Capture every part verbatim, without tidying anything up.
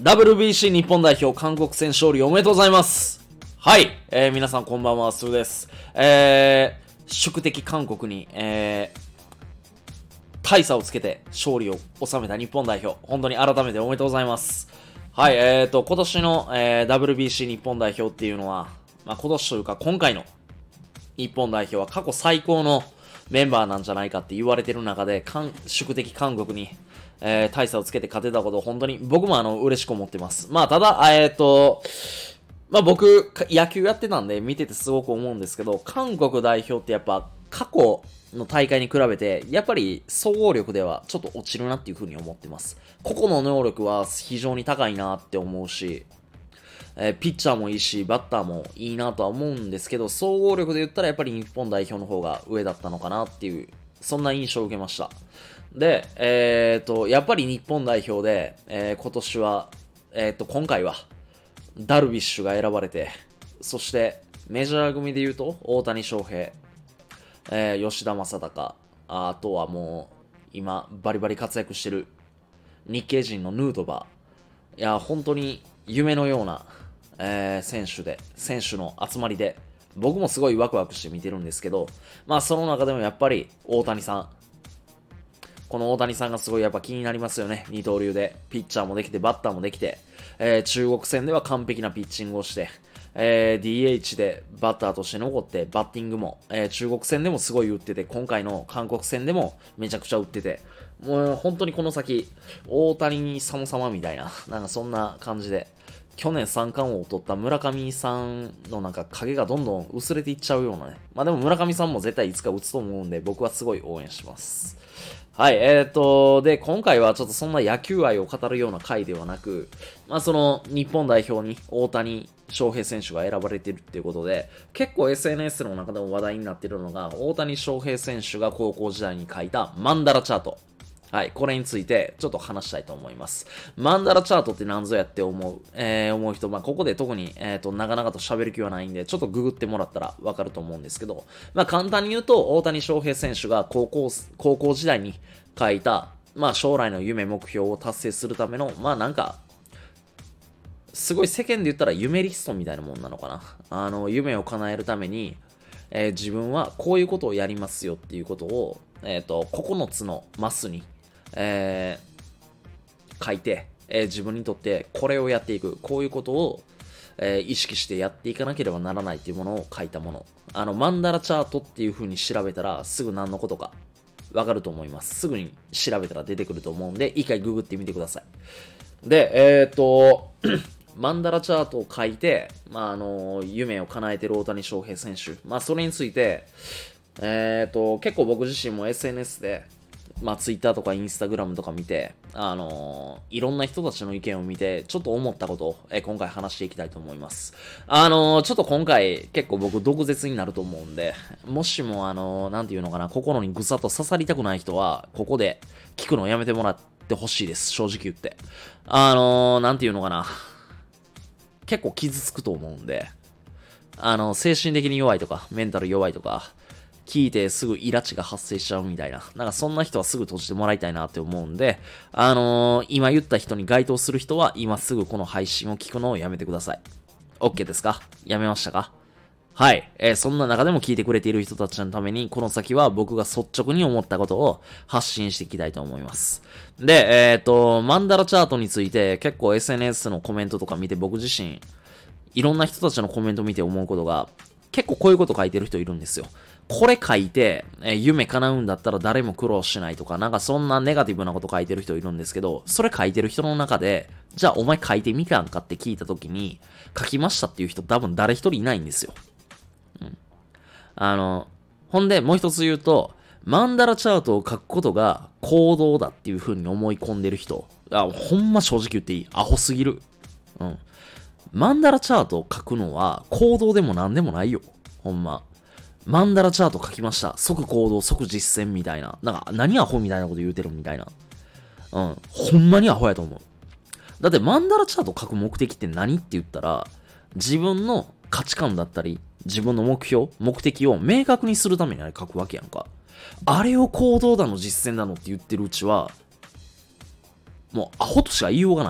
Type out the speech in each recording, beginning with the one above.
ダブリュービーシー 日本代表韓国戦勝利おめでとうございます。はい、えー、皆さんこんばんは、スーです。えー、宿敵韓国に、えー、大差をつけて勝利を収めた日本代表、本当に改めておめでとうございます。はい、えーと、今年の、えー、ダブリュービーシー 日本代表っていうのは、まあ、今年というか今回の日本代表は過去最高のメンバーなんじゃないかって言われてる中で、宿敵韓国に、えー、大差をつけて勝てたことを本当に僕もあの嬉しく思ってます。まあただ、えっと、まあ僕、野球やってたんで見ててすごく思うんですけど、韓国代表ってやっぱ過去の大会に比べて、やっぱり総合力ではちょっと落ちるなっていう風に思ってます。個々の能力は非常に高いなって思うし、えー、ピッチャーもいいし、バッターもいいなとは思うんですけど、総合力で言ったらやっぱり日本代表の方が上だったのかなっていう、そんな印象を受けました。で、えっと、やっぱり日本代表で、えー、今年は、えっと、今回は、ダルビッシュが選ばれて、そして、メジャー組で言うと、大谷翔平、えー、吉田正尚、あとはもう、今、バリバリ活躍してる、日系人のヌートバー。いや、本当に夢のような、えー、選手で、選手の集まりで、僕もすごいワクワクして見てるんですけど、まあその中でもやっぱり大谷さん、この大谷さんがすごいやっぱ気になりますよね。二刀流で。ピッチャーもできて、バッターもできて、えー、中国戦では完璧なピッチングをして、えー、ディーエイチ でバッターとして残って、バッティングも、えー、中国戦でもすごい打ってて、今回の韓国戦でもめちゃくちゃ打ってて、もう本当にこの先、大谷様々みたいな、なんかそんな感じで、去年三冠王を取った村上さんのなんか影がどんどん薄れていっちゃうようなね。まあでも村上さんも絶対いつか打つと思うんで、僕はすごい応援します。はい、えーと、で、今回はちょっとそんな野球愛を語るような回ではなく、まあその日本代表に大谷翔平選手が選ばれてるっていうことで、結構 エスエヌエス の中でも話題になってるのが、大谷翔平選手が高校時代に書いたマンダラチャート。はい、これについてちょっと話したいと思います。マンダラチャートって何ぞやって思う、えー、思う人、まあ、ここで特に、えっと、長々と喋る気はないんで、ちょっとググってもらったらわかると思うんですけど、まあ、簡単に言うと、大谷翔平選手が高校、高校時代に書いた、まあ、将来の夢、目標を達成するための、まあ、なんか、すごい世間で言ったら夢リストみたいなもんなのかな。あの、夢を叶えるために、えー、自分はこういうことをやりますよっていうことを、えっと、ここのつのマスに、えー、書いて、えー、自分にとってこれをやっていく、こういうことを、えー、意識してやっていかなければならないっていうものを書いたもの。あの、マンダラチャートっていう風に調べたらすぐ何のことかわかると思います。すぐに調べたら出てくると思うんで、一回ググってみてください。で、えっと、マンダラチャートを書いて、まあ、あの、夢を叶えてる大谷翔平選手。まあ、それについて、えっと、結構僕自身も エスエヌエス で、まあ、ツイッターとかインスタグラムとか見て、あのー、いろんな人たちの意見を見て、ちょっと思ったことを、えー、今回話していきたいと思います。あのー、ちょっと今回結構僕毒舌になると思うんで、もしもあのー、なんていうのかな、心にぐさっと刺さりたくない人は、ここで聞くのをやめてもらってほしいです。正直言って。あのー、なんていうのかな、結構傷つくと思うんで、あの、精神的に弱いとか、メンタル弱いとか、聞いてすぐイラチが発生しちゃうみたいな。なんかそんな人はすぐ閉じてもらいたいなって思うんで、あのー、今言った人に該当する人は今すぐこの配信を聞くのをやめてください。OK ですか？やめましたか？はい。えー、そんな中でも聞いてくれている人たちのために、この先は僕が率直に思ったことを発信していきたいと思います。で、えっと、マンダラチャートについて結構 エスエヌエス のコメントとか見て僕自身、いろんな人たちのコメント見て思うことが、結構こういうこと書いてる人いるんですよ。これ書いて、えー、夢叶うんだったら誰も苦労しないとか、なんかそんなネガティブなこと書いてる人いるんですけど、それ書いてる人の中で、じゃあお前書いてみたんかって聞いたときに、書きましたっていう人多分誰一人いないんですよ。うん。あの、ほんでもう一つ言うと、マンダラチャートを書くことが行動だっていう風に思い込んでる人、あ、ほんま正直言っていい。アホすぎる。うん。マンダラチャートを書くのは行動でも何でもないよ。ほんま。マンダラチャート書きました。即行動、即実践みたいな。なんか、何アホみたいなこと言うてるみたいな。うん。ほんまにアホやと思う。だってマンダラチャート書く目的って何って言ったら、自分の価値観だったり、自分の目標、目的を明確にするためにあれ書くわけやんか。あれを行動だの実践だのって言ってるうちは、もうアホとしか言いようがないよね。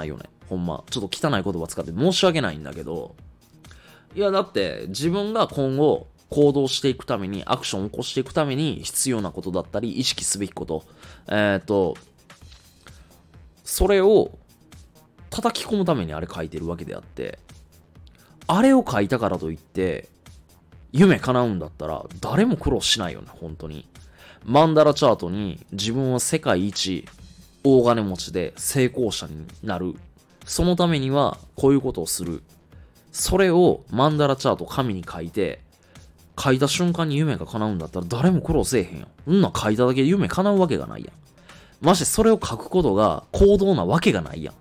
ほんま。ちょっと汚い言葉使って申し訳ないんだけど、いや、だって自分が今後行動していくために、アクションを起こしていくために必要なことだったり、意識すべきこと、えっと、それを叩き込むためにあれ書いてるわけであって、あれを書いたからといって、夢叶うんだったら、誰も苦労しないよね、本当に。マンダラチャートに自分は世界一大金持ちで成功者になる。そのためにはこういうことをする。それをマンダラチャート紙に書いて、書いた瞬間に夢が叶うんだったら誰も苦労せえへんやん。うんな書いただけで夢叶うわけがないやん。ましてそれを書くことが行動なわけがないやん。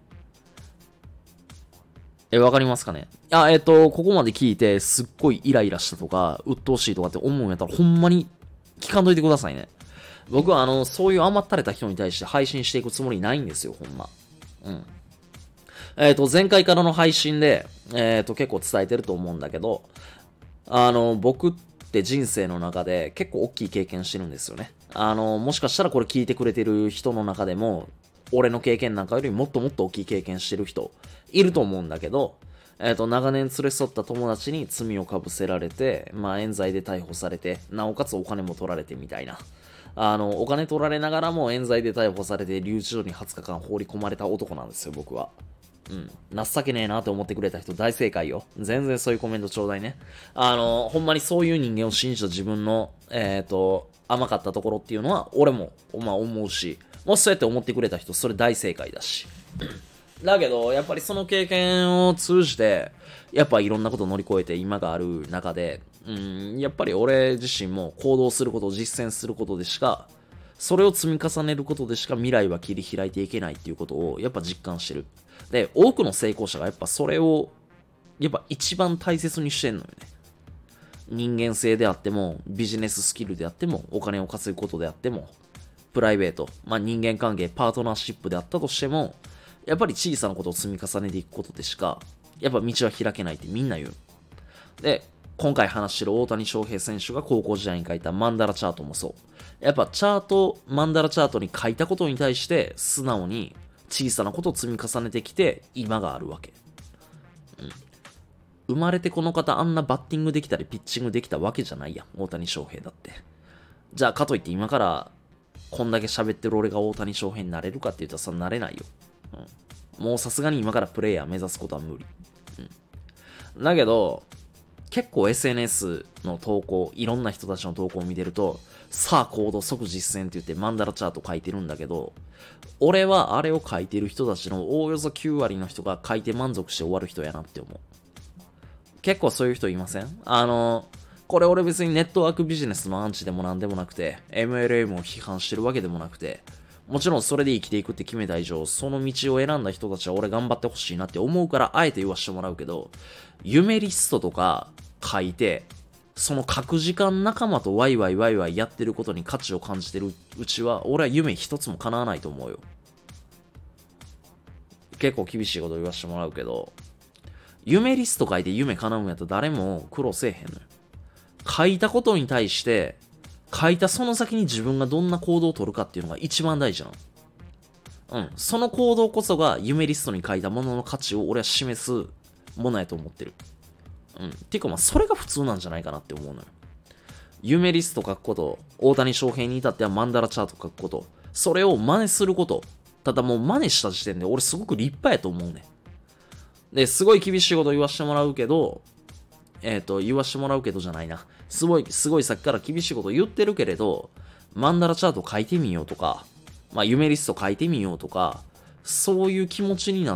え、わかりますかね。あ、えっと、ここまで聞いてすっごいイライラしたとか、鬱陶しいとかって思うんやったらほんまに聞かんといてくださいね。僕はあの、そういう甘ったれた人に対して配信していくつもりないんですよ、ほんま。うん。えっと、前回からの配信で、えっと、結構伝えてると思うんだけど、あの、僕って人生の中で結構大きい経験してるんですよね。あの、もしかしたらこれ聞いてくれてる人の中でも、俺の経験なんかよりもっともっと大きい経験してる人いると思うんだけど、えっと、長年連れ添った友達に罪をかぶせられて、まあ、冤罪で逮捕されて、なおかつお金も取られてみたいな。あの、お金取られながらも冤罪で逮捕されて、留置所にはつかかん放り込まれた男なんですよ、僕は。うん。情けねえなって思ってくれた人大正解よ。全然そういうコメントちょうだいね。あの、ほんまにそういう人間を信じた自分の、えっと、甘かったところっていうのは、俺も、まあ思うし、もしそうやって思ってくれた人、それ大正解だし。だけど、やっぱりその経験を通じて、やっぱいろんなことを乗り越えて今がある中で、うん、やっぱり俺自身も行動することを実践することでしか、それを積み重ねることでしか未来は切り開いていけないっていうことをやっぱ実感してる。で、多くの成功者がやっぱそれを、やっぱ一番大切にしてんのよね。人間性であっても、ビジネススキルであっても、お金を稼ぐことであっても、プライベート、まあ人間関係、パートナーシップであったとしても、やっぱり小さなことを積み重ねていくことでしか、やっぱ道は開けないってみんな言う。で、今回話してる大谷翔平選手が高校時代に書いたマンダラチャートもそう。やっぱチャート、マンダラチャートに書いたことに対して素直に小さなことを積み重ねてきて今があるわけ。うん。生まれてこの方あんなバッティングできたりピッチングできたわけじゃないやん。大谷翔平だって。じゃあかといって今からこんだけ喋ってる俺が大谷翔平になれるかって言ったらそんなれないよ。うん。もうさすがに今からプレイヤー目指すことは無理。うん。だけど、結構 エスエヌエス の投稿、いろんな人たちの投稿を見てると、さあ行動即実践って言ってマンダラチャート書いてるんだけど、俺はあれを書いてる人たちのおおよそきゅうわりの人が書いて満足して終わる人やなって思う。結構そういう人いません？あの、これ俺別にネットワークビジネスのアンチでもなんでもなくて、エムエルエム を批判してるわけでもなくて、もちろんそれで生きていくって決めた以上、その道を選んだ人たちは俺頑張ってほしいなって思うから、あえて言わせてもらうけど、夢リストとか書いて、その書く時間仲間とワイワイワイワイやってることに価値を感じてるうちは、俺は夢一つも叶わないと思うよ。結構厳しいこと言わせてもらうけど、夢リスト書いて夢叶うんやったら誰も苦労せえへんのよ。書いたことに対して、書いたその先に自分がどんな行動を取るかっていうのが一番大事なの。うん。その行動こそが夢リストに書いたものの価値を俺は示すものやと思ってる。うん。ていうかまあそれが普通なんじゃないかなって思うのよ。夢リスト書くこと、大谷翔平に至ってはマンダラチャート書くこと、それを真似すること。ただもう真似した時点で俺すごく立派やと思うね。で、すごい厳しいこと言わしてもらうけど、えっと、言わしてもらうけどじゃないな。すごい、すごいさっきから厳しいこと言ってるけれど、マンダラチャート書いてみようとか、まあ夢リスト書いてみようとか、そういう気持ちになって、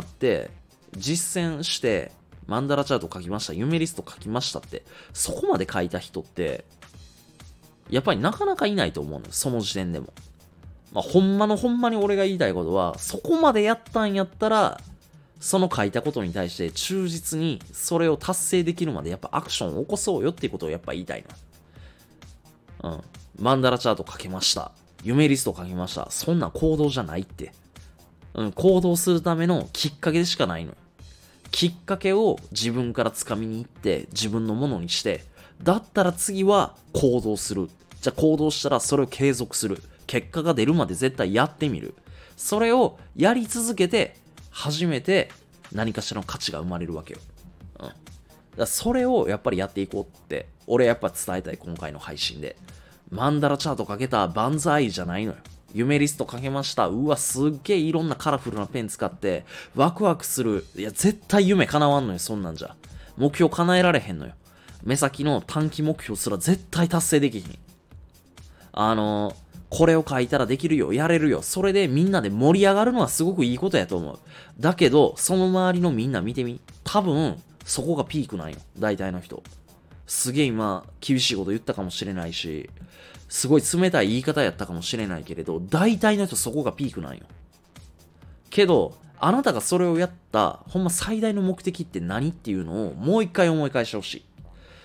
実践して、マンダラチャート書きました、夢リスト書きましたって、そこまで書いた人って、やっぱりなかなかいないと思うのよ、その時点でも。まあ、ほんまのほんまに俺が言いたいことは、そこまでやったんやったら、その書いたことに対して忠実にそれを達成できるまでやっぱアクションを起こそうよっていうことをやっぱ言いたいな。うん。マンダラチャート書けました。夢リスト書けました。そんな行動じゃないって。うん、行動するためのきっかけでしかないのよ。きっかけを自分から掴みに行って自分のものにして、だったら次は行動する。じゃあ行動したらそれを継続する。結果が出るまで絶対やってみる。それをやり続けて初めて何かしらの価値が生まれるわけよ。うん。だからそれをやっぱりやっていこうって、俺やっぱ伝えたい、今回の配信で。マンダラチャートかけたバンザイじゃないのよ。夢リストかけました。うわ、すっげえいろんなカラフルなペン使って、ワクワクする。いや、絶対夢叶わんのよ、そんなんじゃ。目標叶えられへんのよ。目先の短期目標すら絶対達成できひん。あのー、これを書いたらできるよ、やれるよ。それでみんなで盛り上がるのはすごくいいことやと思う。だけど、その周りのみんな見てみ。多分、そこがピークなんよ。大体の人。すげえ今、厳しいこと言ったかもしれないし、すごい冷たい言い方やったかもしれないけれど、大体の人そこがピークなんよ。けど、あなたがそれをやった、ほんま最大の目的って何っていうのをもう一回思い返してほしい。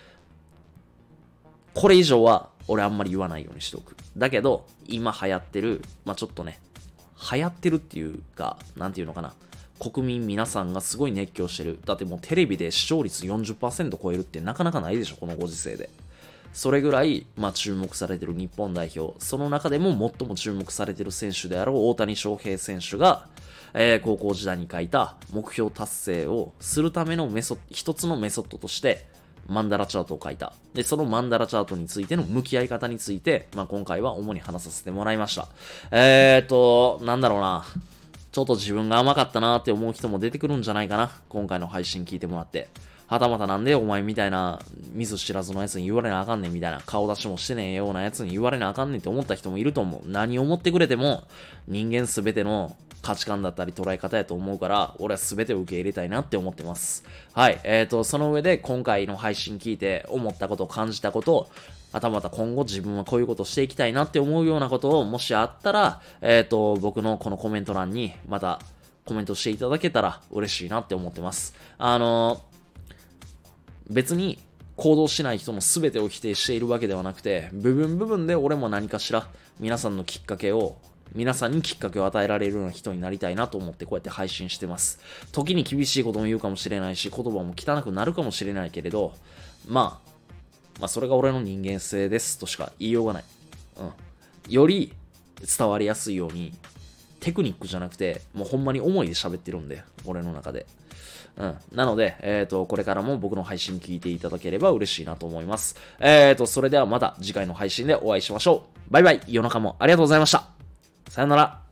これ以上は俺あんまり言わないようにしておく。だけど、今流行ってる、まあちょっとね、流行ってるっていうか、なんていうのかな。国民皆さんがすごい熱狂してる。だってもうテレビで視聴率 よんじゅっパーセント 超えるってなかなかないでしょ、このご時世で。それぐらい、まあ、注目されてる日本代表。その中でも最も注目されてる選手であろう大谷翔平選手が、えー、高校時代に書いた目標達成をするためのメソッド、一つのメソッドとして、マンダラチャートを書いた。で、そのマンダラチャートについての向き合い方について、まあ、今回は主に話させてもらいました。えーと、なんだろうな。ちょっと自分が甘かったなーって思う人も出てくるんじゃないかな。今回の配信聞いてもらって。はたまたなんでお前みたいな見ず知らずのやつに言われなあかんねんみたいな、顔出しもしてねえようなやつに言われなあかんねんって思った人もいると思う。何を思ってくれても人間すべての価値観だったり捉え方やと思うから、俺はすべてを受け入れたいなって思ってます。はい。えーと、その上で今回の配信聞いて思ったこと、感じたこと、はたまた今後自分はこういうことをしていきたいなって思うようなことをもしあったら、えーと、僕のこのコメント欄にまたコメントしていただけたら嬉しいなって思ってます。あのー、別に行動しない人の全てを否定しているわけではなくて、部分部分で俺も何かしら皆さんのきっかけを、皆さんにきっかけを与えられるような人になりたいなと思ってこうやって配信してます。時に厳しいことも言うかもしれないし、言葉も汚くなるかもしれないけれど、まあ、まあそれが俺の人間性ですとしか言いようがない。うん。より伝わりやすいように、テクニックじゃなくて、もうほんまに思いで喋ってるんで、俺の中で。うん。なので、えっと、これからも僕の配信聞いていただければ嬉しいなと思います。えっと、それではまた次回の配信でお会いしましょう。バイバイ。夜中もありがとうございました。さよなら。